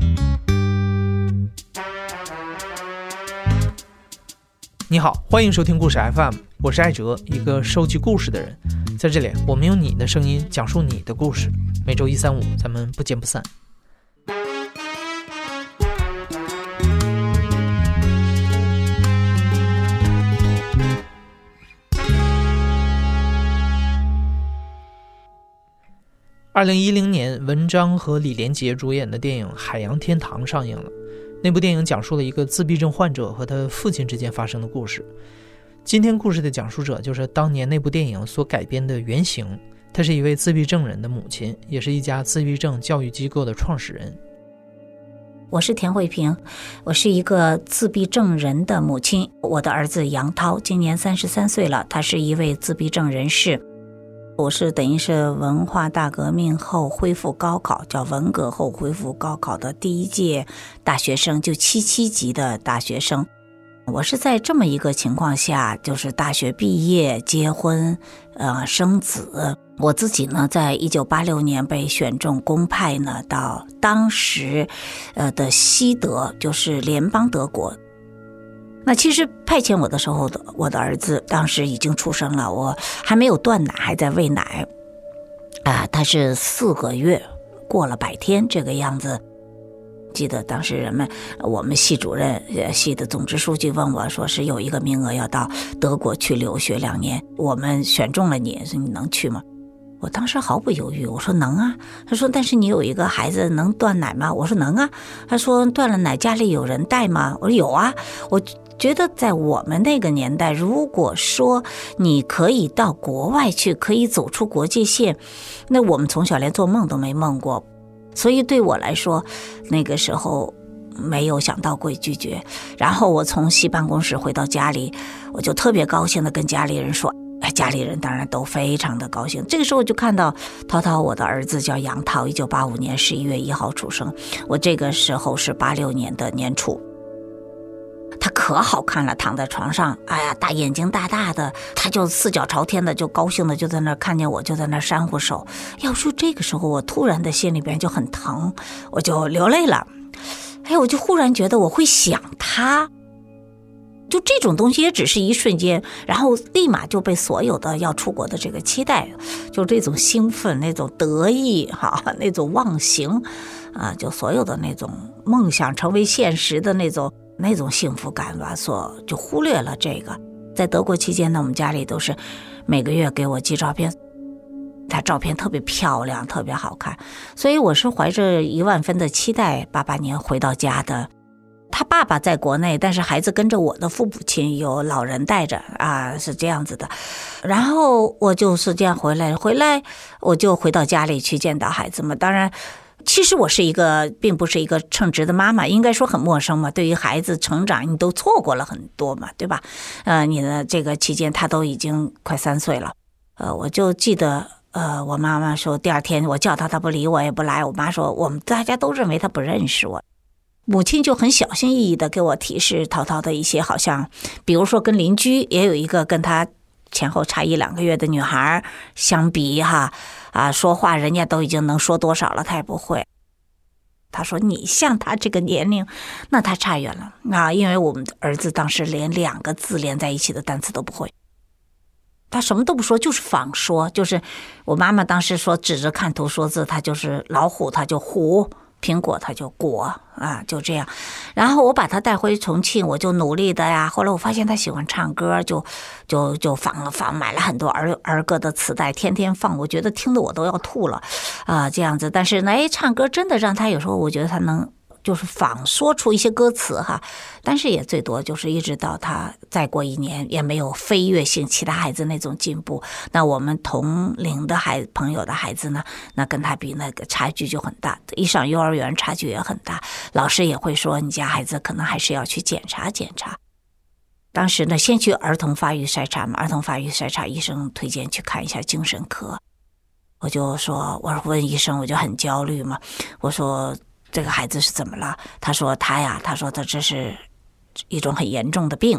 你好，欢迎收听故事 FM， 我是艾哲，一个收集故事的人。在这里，我们用你的声音讲述你的故事。每周一、三、五，咱们不见不散。2010年，文章和李连杰主演的电影《海洋天堂》上映了。那部电影讲述了一个自闭症患者和他父亲之间发生的故事。今天故事的讲述者就是当年那部电影所改编的原型，她是一位自闭症人的母亲，也是一家自闭症教育机构的创始人。 我是田慧萍，我是一个自闭症人的母亲。我的儿子杨涛今年33岁了，他是一位自闭症人士。我是等于是文化大革命后恢复高考，叫文革后恢复高考的第一届大学生，就77级的大学生。我是在这么一个情况下，就是大学毕业、结婚、生子。我自己呢，在1986年被选中公派呢到当时的西德，就是联邦德国。那其实派遣我的时候，我的儿子当时已经出生了，我还没有断奶，还在喂奶他是4个月，过了100天这个样子。记得当时我们系主任系的总支书记问我说，是有一个名额要到德国去留学2年，我们选中了你，说你能去吗？我当时毫不犹豫，我说能啊。他说但是你有一个孩子能断奶吗？我说能啊。他说断了奶家里有人带吗？我说有啊。我觉得在我们那个年代，如果说你可以到国外去，可以走出国界线，那我们从小连做梦都没梦过。所以对我来说，那个时候没有想到过拒绝。然后我从系办公室回到家里，我就特别高兴的跟家里人说，家里人当然都非常的高兴。这个时候就看到涛涛，我的儿子叫杨涛，1985年11月1号出生，我这个时候是86年的年初。他可好看了，躺在床上，大眼睛大大的，他就4脚朝天的，就高兴的就在那看见我就在那扇呼手。要说这个时候我突然的心里边就很疼，我就流泪了。我就忽然觉得我会想他，就这种东西也只是一瞬间，然后立马就被所有的要出国的这个期待，就这种兴奋，那种得意那种忘形就所有的那种梦想成为现实的那种幸福感吧，就忽略了这个。在德国期间呢，我们家里都是每个月给我寄照片，他照片特别漂亮，特别好看，所以我是怀着1万分的期待88年回到家的。他爸爸在国内，但是孩子跟着我的父母亲，有老人带着是这样子的。然后我就是这样回来我就回到家里去见到孩子们。当然其实我并不是一个称职的妈妈，应该说很陌生嘛。对于孩子成长，你都错过了很多嘛，对吧？你的这个期间，他都已经快3岁了。我就记得，我妈妈说，第2天我叫他，他不理我，也不来。我妈说，我们大家都认为他不认识我。母亲就很小心翼翼的给我提示涛涛的一些，好像比如说跟邻居也有一个跟他前后差1-2个月的女孩相比说话人家都已经能说多少了，他也不会。他说你像他这个年龄，那他差远了因为我们的儿子当时连2个字连在一起的单词都不会，他什么都不说，就是仿说。就是我妈妈当时说指着看图说字，他就是老虎他就虎，苹果他就果就这样。然后我把他带回重庆，我就努力的后来我发现他喜欢唱歌，就放买了很多儿歌的磁带，天天放，我觉得听得我都要吐了这样子。但是呢唱歌真的让他有时候我觉得他能就是仿说出一些歌词但是也最多就是一直到他再过1年也没有飞跃性其他孩子那种进步。那我们同龄的朋友的孩子呢，那跟他比那个差距就很大，一上幼儿园差距也很大，老师也会说你家孩子可能还是要去检查检查。当时呢先去儿童发育筛查嘛，儿童发育筛查医生推荐去看一下精神科。我就说，我问医生，我就很焦虑嘛，我说这个孩子是怎么了？他说他说他这是一种很严重的病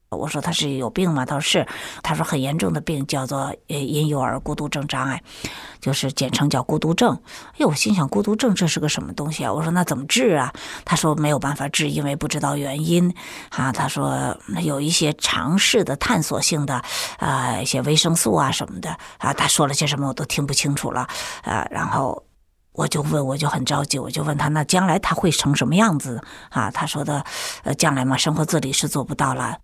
我说他是有病吗？他说是，他说很严重的病叫做婴幼儿孤独症障碍，就是简称叫孤独症。我心想孤独症这是个什么东西啊？我说那怎么治啊？他说没有办法治，因为不知道原因啊。他说有一些尝试的探索性的一些维生素啊什么的啊，他说了些什么我都听不清楚了然后我就很着急，我就问他那将来他会成什么样子啊？他说的将来嘛，生活自理是做不到了。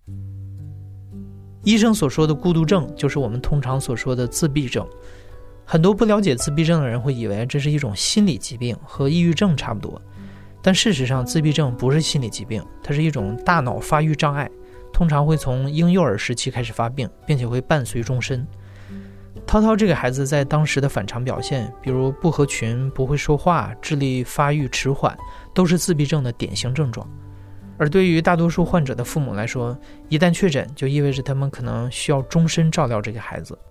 医生所说的孤独症就是我们通常所说的自闭症。很多不了解自闭症的人会以为这是一种心理疾病，和抑郁症差不多，但事实上自闭症不是心理疾病，它是一种大脑发育障碍，通常会从婴幼儿时期开始发病，并且会伴随终身。涛涛这个孩子在当时的反常表现，比如不合群、不会说话、智力发育迟缓，都是自闭症的典型症状。而对于大多数患者的父母来说，一旦确诊就意味着他们可能需要终身照料这个孩子。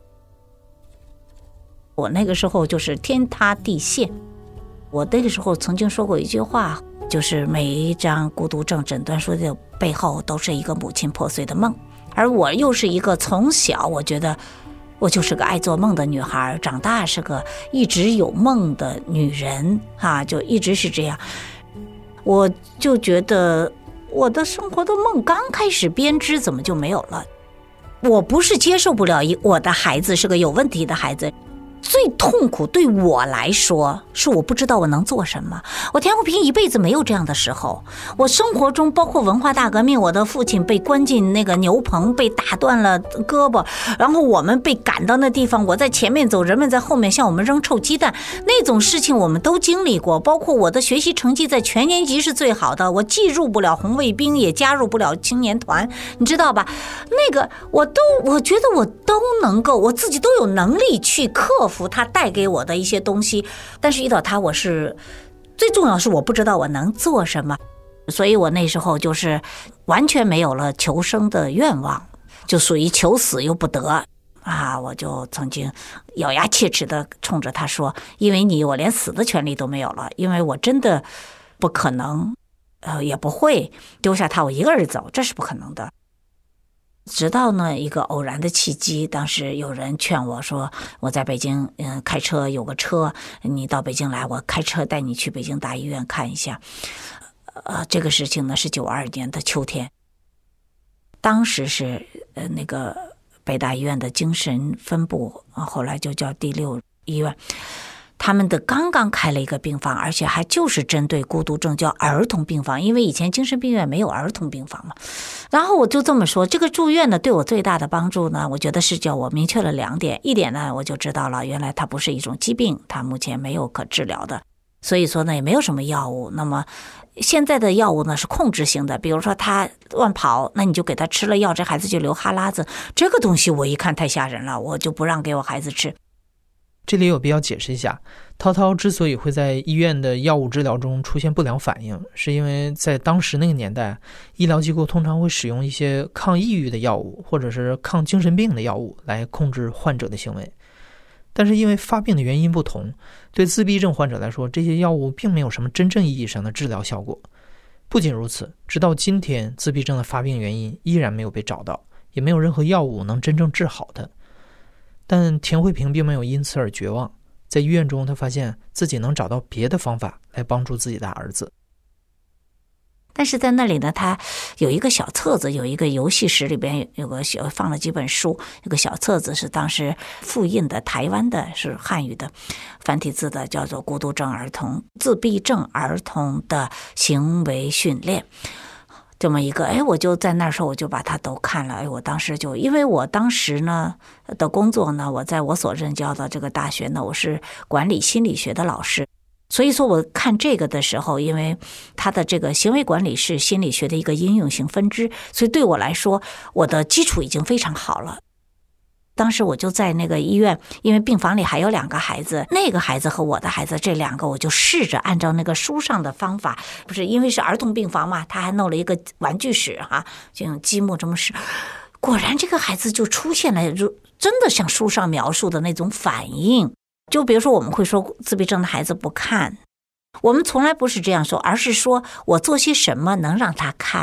我那个时候就是天塌地陷。我那个时候曾经说过一句话，就是每一张孤独症诊断书的背后都是一个母亲破碎的梦。而我又是一个从小我觉得我就是个爱做梦的女孩，长大是个一直有梦的女人就一直是这样。我就觉得我的生活的梦刚开始编织，怎么就没有了？我不是接受不了我的孩子是个有问题的孩子，最痛苦对我来说是我不知道我能做什么。我田慧萍一辈子没有这样的时候，我生活中包括文化大革命，我的父亲被关进那个牛棚，被打断了胳膊，然后我们被赶到那地方，我在前面走，人们在后面向我们扔臭鸡蛋，那种事情我们都经历过。包括我的学习成绩在全年级是最好的，我既入不了红卫兵，也加入不了青年团，你知道吧？那个我觉得我都能够，我自己都有能力去克服它带给我的一些东西，但是遇到它，我是最重要是我不知道我能做什么，所以我那时候就是完全没有了求生的愿望，就属于求死又不得我就曾经咬牙切齿的冲着他说，因为你我连死的权利都没有了，因为我真的不可能也不会丢下他我一个人走，这是不可能的。直到呢一个偶然的契机，当时有人劝我说，我在北京开车有个车，你到北京来，我开车带你去北京大医院看一下。这个事情呢是92年的秋天，当时是那个北大医院的精神分部后来就叫第6医院，他们的刚刚开了一个病房，而且还就是针对孤独症，叫儿童病房，因为以前精神病院没有儿童病房嘛。然后我就这么说，这个住院呢对我最大的帮助呢，我觉得是叫我明确了2点。一点呢，我就知道了，原来它不是一种疾病，它目前没有可治疗的，所以说呢也没有什么药物。那么现在的药物呢是控制性的，比如说他乱跑，那你就给他吃了药，这孩子就流哈喇子，这个东西我一看太吓人了，我就不让给我孩子吃。 这里有必要解释一下，涛涛之所以会在医院的药物治疗中出现不良反应，是因为在当时那个年代，医疗机构通常会使用一些抗抑郁的药物或者是抗精神病的药物来控制患者的行为。但是因为发病的原因不同，对自闭症患者来说，这些药物并没有什么真正意义上的治疗效果。不仅如此，直到今天，自闭症的发病原因依然没有被找到，也没有任何药物能真正治好它。但田慧萍并没有因此而绝望，在医院中，她发现自己能找到别的方法来帮助自己的儿子。 但是在那里呢，他有一个小册子，有一个游戏室，里边有个放了几本书，有个小册子是当时复印的，台湾的，是汉语的繁体字的，叫做《孤独症儿童自闭症儿童的行为训练》。这么一个，我就在那时候我就把它都看了。我当时就因为我当时呢的工作呢，我在我所任教的这个大学呢，我是管理心理学的老师，所以说我看这个的时候，因为它的这个行为管理是心理学的一个应用性分支，所以对我来说，我的基础已经非常好了。当时我就在那个医院，因为病房里还有2个孩子，那个孩子和我的孩子，这2个我就试着按照那个书上的方法，不是因为是儿童病房嘛，他还弄了一个玩具室就用积木这么试，果然这个孩子就出现了真的像书上描述的那种反应。就比如说我们会说自闭症的孩子不看，我们从来不是这样说，而是说我做些什么能让他看。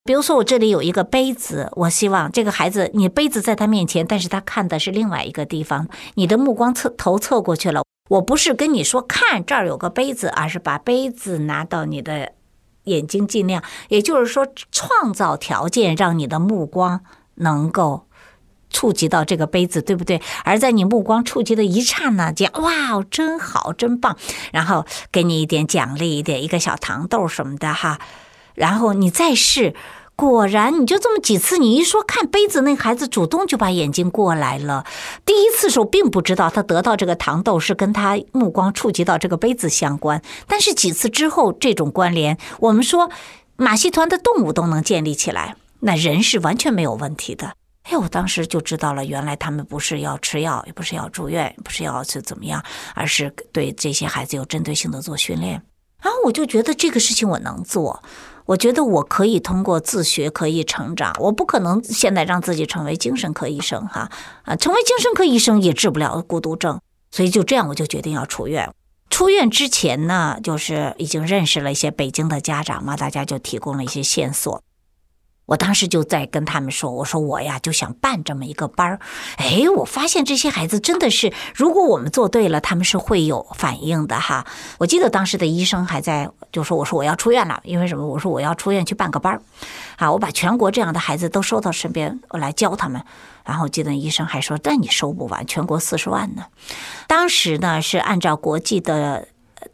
比如说我这里有一个杯子，我希望这个孩子，你杯子在他面前，但是他看的是另外一个地方，你的目光头侧过去了，我不是跟你说看这儿有个杯子，而是把杯子拿到你的眼睛，尽量也就是说创造条件让你的目光能够触及到这个杯子，对不对？而在你目光触及的一刹那间，哇，真好，真棒，然后给你一点奖励，一个小糖豆什么的哈，然后你再试，果然你就这么几次，你一说看杯子，那个孩子主动就把眼睛过来了。第一次时候并不知道他得到这个糖豆是跟他目光触及到这个杯子相关，但是几次之后这种关联，我们说马戏团的动物都能建立起来，那人是完全没有问题的。哎，我当时就知道了，原来他们不是要吃药，也不是要住院，也不是要去怎么样，而是对这些孩子有针对性的做训练。然后我就觉得这个事情我能做，我觉得我可以通过自学可以成长，我不可能现在让自己成为精神科医生成为精神科医生也治不了孤独症，所以就这样我就决定要出院。出院之前呢，就是已经认识了一些北京的家长嘛，大家就提供了一些线索。我当时就在跟他们说，我说我呀就想办这么一个班，我发现这些孩子真的是，如果我们做对了，他们是会有反应的哈。我记得当时的医生还在就说，我说我要出院了，因为什么？我说我要出院去办个班我把全国这样的孩子都收到身边，我来教他们。然后记得医生还说，但你收不完，全国40万呢。当时呢是按照国际的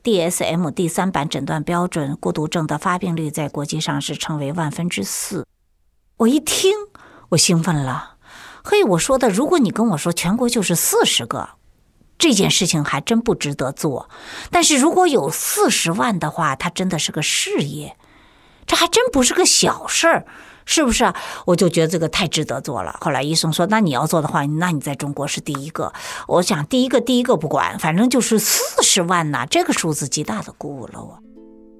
DSM 第3版诊断标准，孤独症的发病率在国际上是称为4%。我一听我兴奋了，嘿，我说的，如果你跟我说全国就是40个，这件事情还真不值得做，但是如果有40万的话，它真的是个事业，这还真不是个小事儿，是不是？我就觉得这个太值得做了。后来医生说，那你要做的话，那你在中国是第一个。我想第一个不管，反正就是40万呐，这个数字极大的鼓舞了我。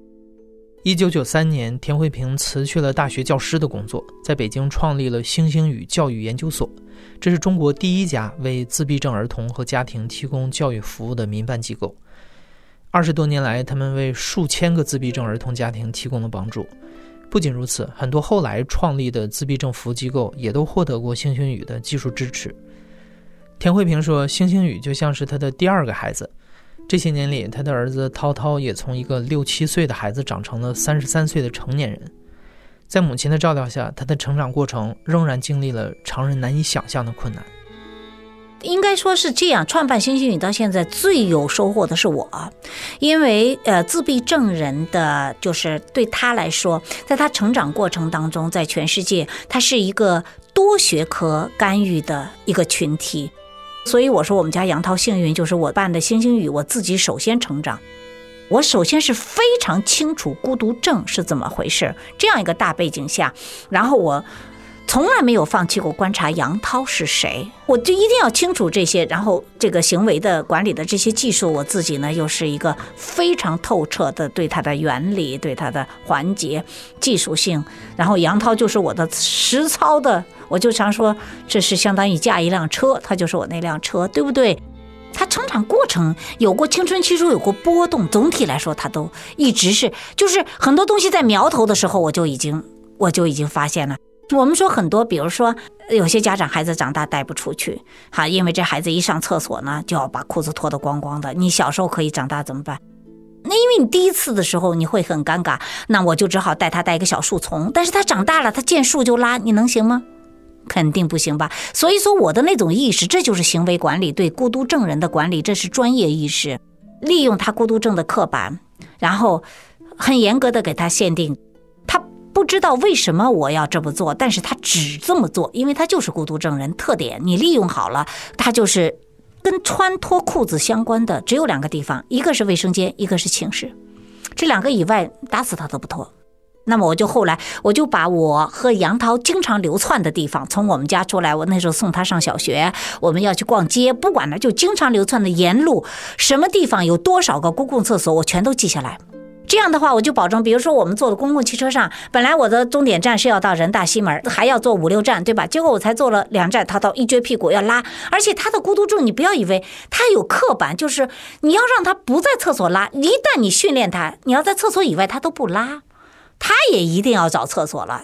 1993年，田慧萍辞去了大学教师的工作，在北京创立了星星语教育研究所，这是中国第一家为自闭症儿童和家庭提供教育服务的民办机构。20多年来，他们为数千个自闭症儿童家庭提供了帮助。不仅如此，很多后来创立的自闭症服务机构也都获得过星星语的技术支持。田慧萍说，星星语就像是他的第2个孩子。这些年里，他的儿子涛涛也从一个6、7岁的孩子长成了33岁的成年人。在母亲的照料下，他的成长过程仍然经历了常人难以想象的困难。 应该说是这样，创办星星语到现在最有收获的是我，因为自闭症人的就是对他来说，在他成长过程当中，在全世界他是一个多学科干预的一个群体。所以我说我们家杨涛幸运，就是我办的星星语，我自己首先成长，我首先是非常清楚孤独症是怎么回事，这样一个大背景下，然后我从来没有放弃过观察杨涛是谁，我就一定要清楚这些，然后这个行为的管理的这些技术，我自己呢又是一个非常透彻的对它的原理，对它的环节技术性，然后杨涛就是我的实操的，我就常说这是相当于驾一辆车，他就是我那辆车，对不对？他成长过程有过青春期中有过波动，总体来说他都一直是，就是很多东西在苗头的时候我就已经发现了。我们说很多，比如说有些家长孩子长大带不出去，因为这孩子一上厕所呢就要把裤子脱得光光的，你小时候可以，长大怎么办？那因为你第一次的时候你会很尴尬，那我就只好带他带一个小树丛，但是他长大了，他见树就拉，你能行吗？肯定不行吧。所以说我的那种意识，这就是行为管理，对孤独症人的管理，这是专业意识，利用他孤独症的刻板，然后很严格的给他限定，他不知道为什么我要这么做，但是他只这么做，因为他就是孤独症人特点，你利用好了，他就是跟穿脱裤子相关的只有2个地方，一个是卫生间，一个是寝室，这2个以外打死他都不脱。那么后来我就把我和杨涛经常流窜的地方，从我们家出来，我那时候送他上小学，我们要去逛街，不管了，就经常流窜的沿路，什么地方有多少个公共厕所，我全都记下来。这样的话我就保证，比如说我们坐的公共汽车上，本来我的终点站是要到人大西门，还要坐5、6站，对吧？结果我才坐了2站，他到一撅屁股要拉，而且他的孤独症你不要以为他有刻板，就是你要让他不在厕所拉，一旦你训练他，你要在厕所以外他都不拉，他也一定要找厕所了。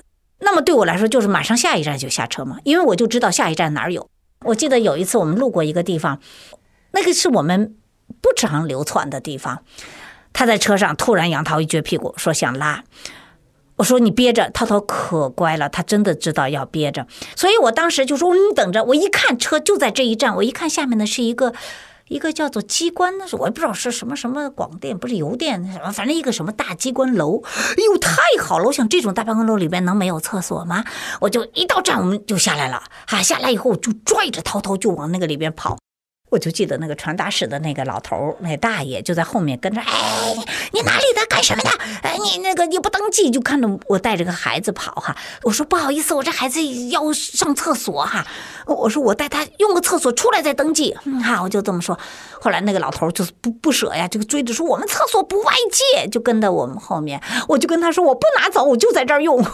那么对我来说就是马上下一站就下车嘛，因为我就知道下一站哪儿有。我记得有一次我们路过一个地方，那个是我们不常流窜的地方，他在车上突然杨涛一撅屁股说想拉，我说你憋着，涛涛可乖了，他真的知道要憋着，所以我当时就说你等着。我一看车就在这一站，我一看下面的是一个叫做机关，那是我也不知道是什么广电，不是邮电什么，反正一个什么大机关楼。哎呦，太好了！我想这种大办公楼里边能没有厕所吗？我就一到站我们就下来了，下来以后我就拽着涛涛就往那个里边跑。我就记得那个传达室的那个老头，那大爷就在后面跟着，哎，你哪里的干什么的？哎，你不登记，就看着我带着个孩子跑哈。我说不好意思，我这孩子要上厕所哈。我说我带他用个厕所出来再登记。我就这么说。后来那个老头就是不舍呀，就追着说我们厕所不外借，就跟到我们后面。我就跟他说我不拿走，我就在这儿用。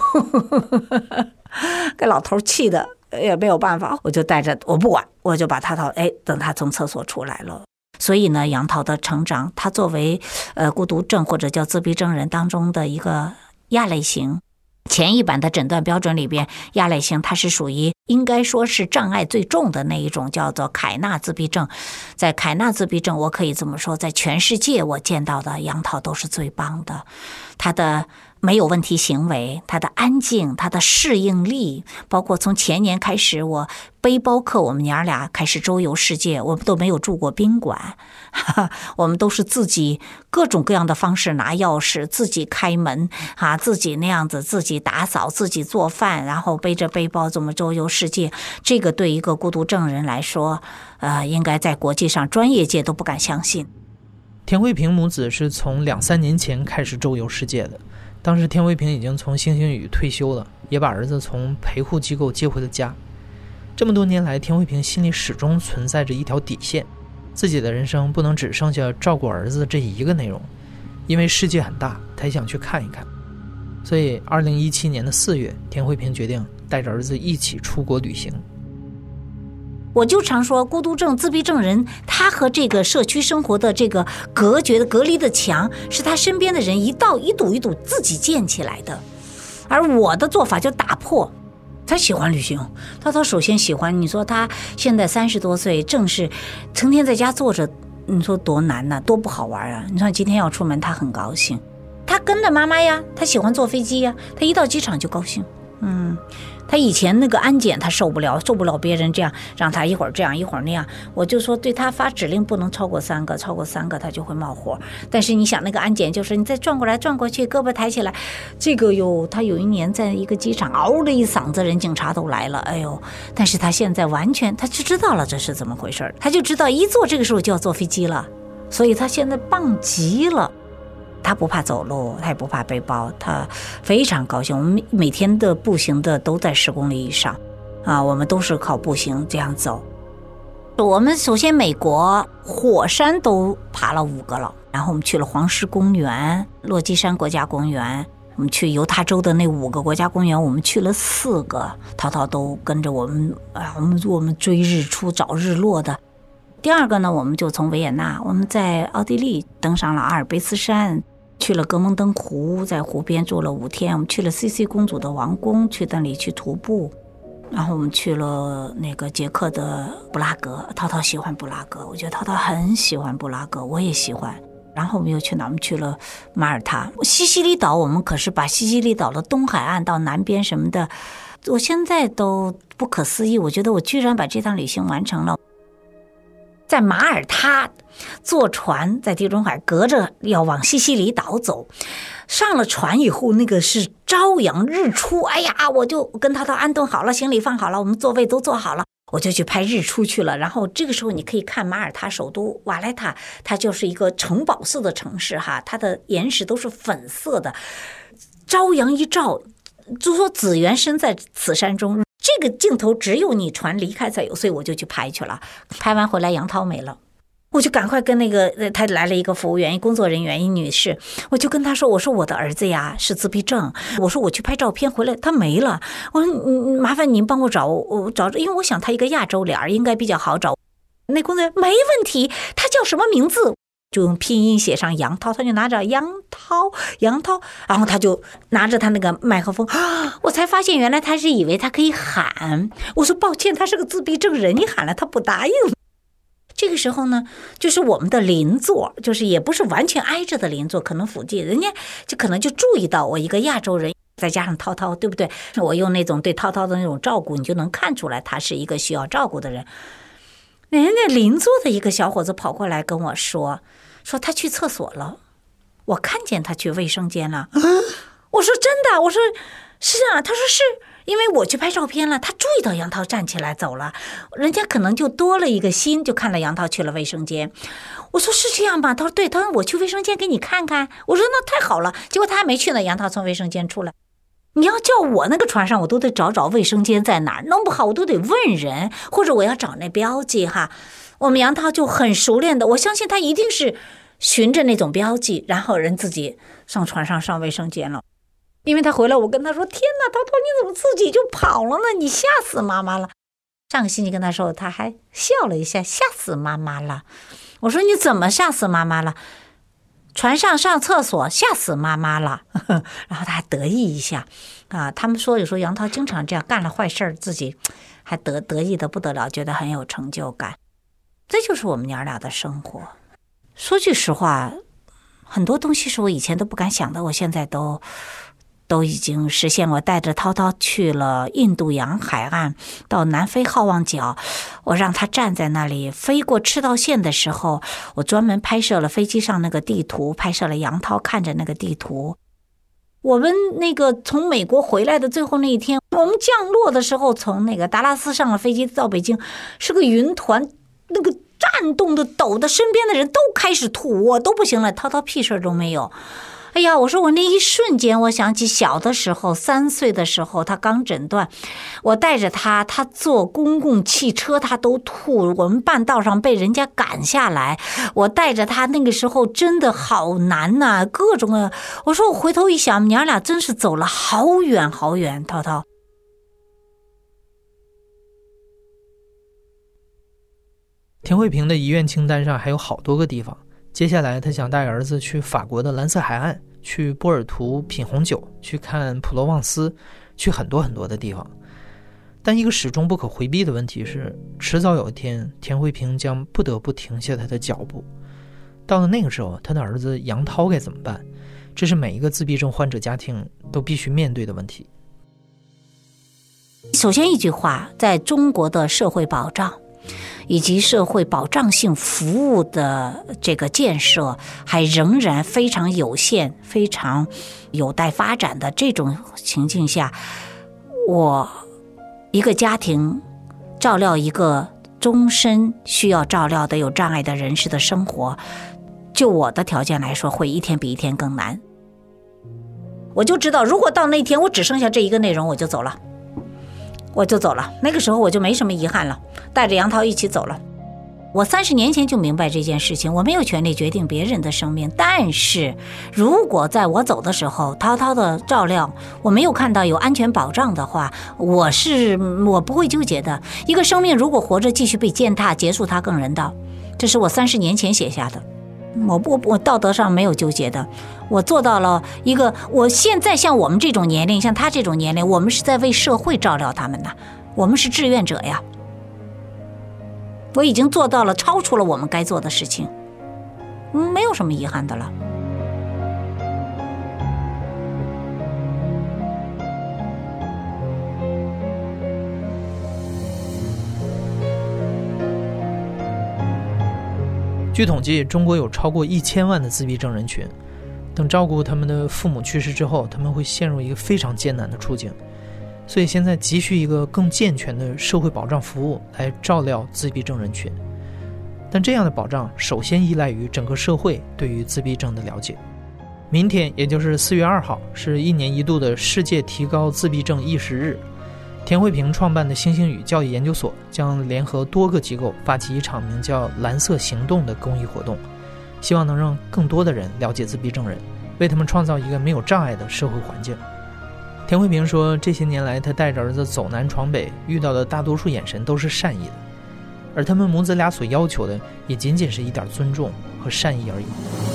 给老头气的。也没有办法，我就带着，我不管，我就把他等他从厕所出来了。所以呢，杨涛的成长，他作为孤独症或者叫自闭症人当中的一个亚类型，前一版的诊断标准里边，亚类型它是属于应该说是障碍最重的那一种，叫做凯纳自闭症。在凯纳自闭症，我可以这么说，在全世界我见到的杨涛都是最棒的，他的没有问题行为，他的安静，他的适应力，包括从前年开始我背包客，我们娘俩开始周游世界，我们都没有住过宾馆，我们都是自己各种各样的方式拿钥匙，自己开门自己那样子，自己打扫，自己做饭，然后背着背包这么周游世界。这个对一个孤独症人来说应该在国际上专业界都不敢相信。 田慧萍母子是从2-3年前开始周游世界的，当时田慧萍已经从星星雨退休了，也把儿子从陪护机构接回了家。这么多年来，田慧萍心里始终存在着一条底线，自己的人生不能只剩下照顾儿子这一个内容，因为世界很大，她也想去看一看。所以2017年的4月，田慧萍决定带着儿子一起出国旅行。 我就常说孤独症自闭症人，他和这个社区生活的这个隔绝的隔离的墙是他身边的人一堵一堵自己建起来的，而我的做法就打破。他喜欢旅行，他首先喜欢，你说他现在30多岁，正是成天在家坐着，你说多难呢，多不好玩啊。你说今天要出门，他很高兴，他跟着妈妈呀，他喜欢坐飞机呀，他一到机场就高兴。他以前那个安检他受不了别人这样让他一会儿这样一会儿那样，我就说对他发指令不能超过3个，超过3个他就会冒火。但是你想那个安检就是你再转过来转过去，胳膊抬起来，这个他有一年在一个机场嗷的一嗓子人，警察都来了，哎呦！但是他现在完全他就知道了这是怎么回事，他就知道一坐这个时候就要坐飞机了，所以他现在棒极了。他不怕走路，他也不怕背包，他非常高兴。我们每天的步行的都在10公里以上我们都是靠步行这样走。我们首先美国火山都爬了5个了，然后我们去了黄石公园、落基山国家公园，我们去犹他州的那5个国家公园，我们去了4个，涛涛都跟着我们我们追日出找日落的。第二个呢，我们就从维也纳，我们在奥地利登上了阿尔卑斯山，去了格蒙登湖，在湖边住了5天。我们去了 CC 公主的王宫，去那里去徒步。然后我们去了那个捷克的布拉格，涛涛喜欢布拉格，我觉得涛涛很喜欢布拉格，我也喜欢。然后我们又去哪？我们去了马耳他、西西里岛。我们可是把西西里岛的东海岸到南边什么的，我现在都不可思议。我觉得我居然把这趟旅行完成了。在马耳他坐船在地中海隔着要往西西里岛走，上了船以后那个是朝阳日出，哎呀，我就跟他安顿好了，行李放好了，我们座位都坐好了，我就去拍日出去了。然后这个时候你可以看马耳他首都瓦莱塔，它就是一个城堡式的城市它的岩石都是粉色的，朝阳一照，就说紫园身在此山中，这个镜头只有你船离开才有，所以我就去拍去了。拍完回来杨涛没了，我就赶快跟那个他来了一个服务员，一工作人员，一女士，我就跟他说，我说我的儿子呀是自闭症，我说我去拍照片回来他没了，我说麻烦您帮我找，因为我想他一个亚洲脸应该比较好找。那工作人员没问题，他叫什么名字？ 就用拼音写上杨涛，他就拿着杨涛，然后他就拿着他那个麦克风，我才发现原来他是以为他可以喊。我说抱歉，他是个自闭症人，你喊了他不答应。这个时候呢，就是我们的邻座，就是也不是完全挨着的邻座，可能附近人家就可能就注意到我一个亚洲人，再加上涛涛，对不对？我用那种对涛涛的那种照顾，你就能看出来他是一个需要照顾的人。人家邻座的一个小伙子跑过来跟我说他去厕所了，我看见他去卫生间了。我说真的？我说是啊。他说是，因为我去拍照片了，他注意到杨涛站起来走了，人家可能就多了一个心，就看到杨涛去了卫生间。我说是这样吧？他说对，他说我去卫生间给你看看。我说那太好了。结果他还没去呢，杨涛从卫生间出来。你要叫我那个船上，我都得找卫生间在哪儿，弄不好我都得问人，或者我要找那标记哈。我们杨涛就很熟练的，我相信他一定是循着那种标记，然后人自己上船上上卫生间了。因为他回来，我跟他说：“天哪，涛涛你怎么自己就跑了呢？你吓死妈妈了。”上个星期跟他说，他还笑了一下，吓死妈妈了。我说你怎么吓死妈妈了？船上上厕所吓死妈妈了。然后他还得意一下啊。他们说有时候杨涛经常这样，干了坏事自己还得意的不得了，觉得很有成就感。这就是我们娘俩的生活。说句实话，很多东西是我以前都不敢想的，我现在都已经实现。我带着涛涛去了印度洋海岸，到南非好望角，我让他站在那里，飞过赤道线的时候，我专门拍摄了飞机上那个地图，拍摄了杨涛看着那个地图。我们那个从美国回来的最后那一天，我们降落的时候，从那个达拉斯上了飞机到北京，是个云团，那个颤动的抖的，身边的人都开始吐，我都不行了，涛涛屁事都没有。哎呀，我说我那一瞬间，我想起小的时候，3岁的时候，他刚诊断，我带着他坐公共汽车他都吐，我们半道上被人家赶下来，我带着他那个时候真的好难呐，各种啊。我说我回头一想，娘俩真是走了好远好远，涛涛。 田慧萍的遗愿清单上还有好多个地方，接下来他想带儿子去法国的蓝色海岸，去波尔图品红酒，去看普罗旺斯，去很多很多的地方。但一个始终不可回避的问题是，迟早有一天田慧萍将不得不停下他的脚步。到了那个时候，他的儿子杨涛该怎么办？这是每一个自闭症患者家庭都必须面对的问题。 首先一句话，在中国的社会保障以及社会保障性服务的这个建设还仍然非常有限，非常有待发展的这种情境下，我一个家庭照料一个终身需要照料的有障碍的人士的生活，就我的条件来说，会一天比一天更难。我就知道，如果到那天我只剩下这一个内容，我就走了。那个时候我就没什么遗憾了，带着杨涛一起走了。我30年前就明白这件事情，我没有权利决定别人的生命，但是如果在我走的时候，涛涛的照料我没有看到有安全保障的话，我不会纠结的。一个生命如果活着继续被践踏，结束它更人道，这是我30年前写下的。我道德上没有纠结的，我做到了一个，我现在像我们这种年龄，像他这种年龄，我们是在为社会照料他们的，我们是志愿者呀。我已经做到了，超出了我们该做的事情，没有什么遗憾的了。 据统计，中国有超过1000万的自闭症人群，等照顾他们的父母去世之后，他们会陷入一个非常艰难的处境。所以现在急需一个更健全的社会保障服务来照料自闭症人群。但这样的保障首先依赖于整个社会对于自闭症的了解。明天也就是4月2号是1年1度的世界提高自闭症意识日。田慧萍创办的星星语教育研究所将联合多个机构发起一场名叫蓝色行动的公益活动，希望能让更多的人了解自闭症人，为他们创造一个没有障碍的社会环境。田慧萍说，这些年来他带着儿子走南闯北，遇到的大多数眼神都是善意的。 而他们母子俩所要求的也仅仅是一点尊重和善意而已。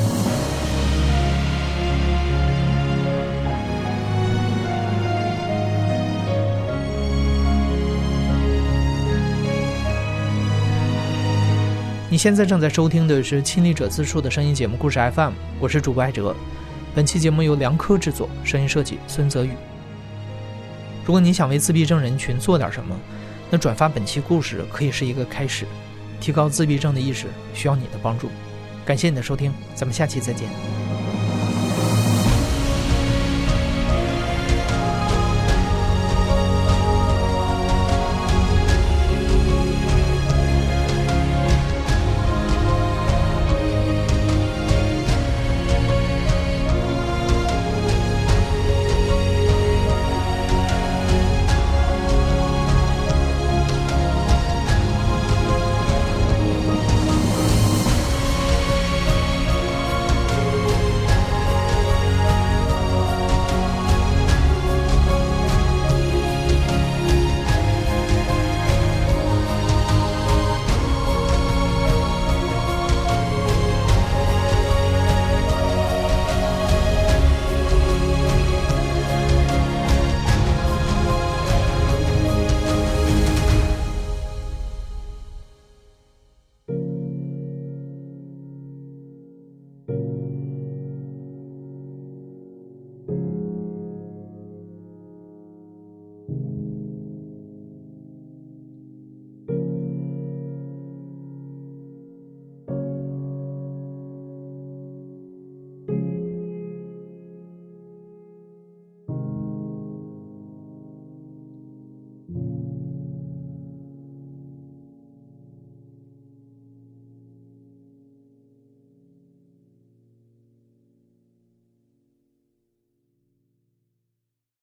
你现在正在收听的是亲历者自述的声音节目故事 FM， 我是主播艾哲。本期节目由梁科制作，声音设计孙泽宇。如果你想为自闭症人群做点什么，那转发本期故事可以是一个开始。提高自闭症的意识需要你的帮助。感谢你的收听，咱们下期再见。